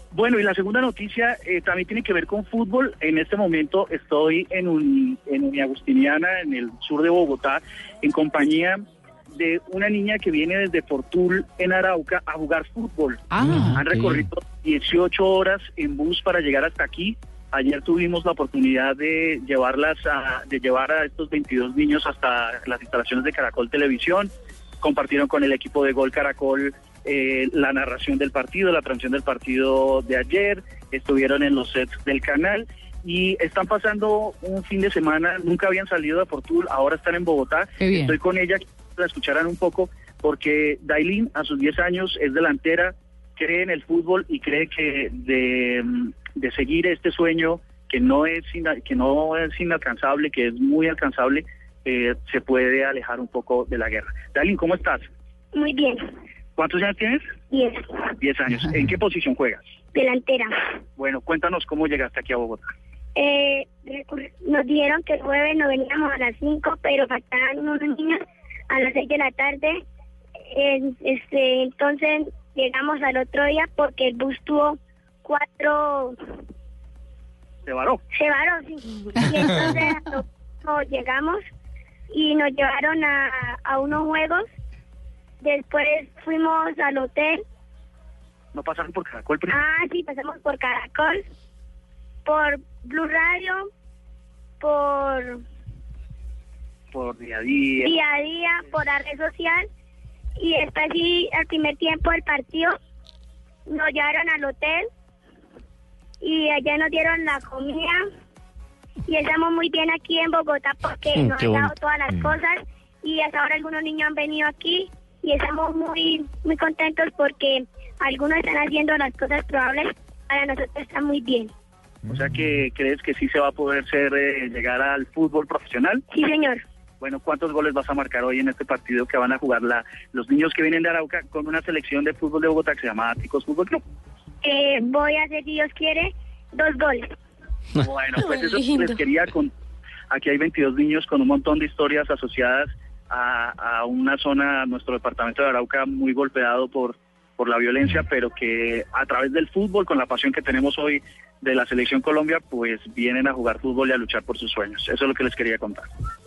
Bueno, y la segunda noticia también tiene que ver con fútbol. En este momento estoy en Uniagustiniana, en el sur de Bogotá, en compañía de una niña que viene desde Fortul, en Arauca, a jugar fútbol. Han recorrido 18 horas en bus para llegar hasta aquí. Ayer tuvimos la oportunidad de llevar a estos 22 niños hasta las instalaciones de Caracol Televisión. Compartieron con el equipo de Gol Caracol la narración del partido, la transmisión del partido de ayer. Estuvieron en los sets del canal y están pasando un fin de semana. Nunca habían salido de Fortul, ahora están en Bogotá. Estoy con ella, la escucharán un poco, porque Dailin a sus 10 años es delantera, cree en el fútbol y cree que de seguir este sueño que no es inalcanzable, que es muy alcanzable, se puede alejar un poco de la guerra. Dailin, ¿cómo estás? Muy bien. ¿Cuántos años tienes? 10. 10 años. ¿En qué posición juegas? Delantera. Bueno, cuéntanos cómo llegaste aquí a Bogotá. Nos dijeron que el jueves nos veníamos a las 5, pero faltaban unos niños a las 6 de la tarde. Entonces llegamos al otro día porque el bus tuvo 4... ¿Se varó? Se varó, sí. Y entonces llegamos y nos llevaron a unos juegos. Después fuimos al hotel. ¿No pasaron por Caracol primero? Sí, pasamos por Caracol, por Blue Radio, por Día a Día. Día a Día, por la red social. Y después sí, al primer tiempo del partido, nos llevaron al hotel y allá nos dieron la comida. Y estamos muy bien aquí en Bogotá porque nos han dado todas las cosas. Y hasta ahora algunos niños han venido aquí. Y estamos muy muy contentos porque algunos están haciendo las cosas probables, para nosotros está muy bien. O sea que crees que sí se va a poder llegar al fútbol profesional. Sí, señor. Bueno, ¿cuántos goles vas a marcar hoy en este partido que van a jugar los niños que vienen de Arauca con una selección de fútbol de Bogotá que se llama Áticos Fútbol Club? Voy a hacer, si Dios quiere, 2 goles. Bueno, pues eso les quería contar. Aquí hay 22 niños con un montón de historias asociadas a una zona, nuestro departamento de Arauca, muy golpeado por la violencia, pero que a través del fútbol, con la pasión que tenemos hoy de la Selección Colombia, pues vienen a jugar fútbol y a luchar por sus sueños. Eso es lo que les quería contar.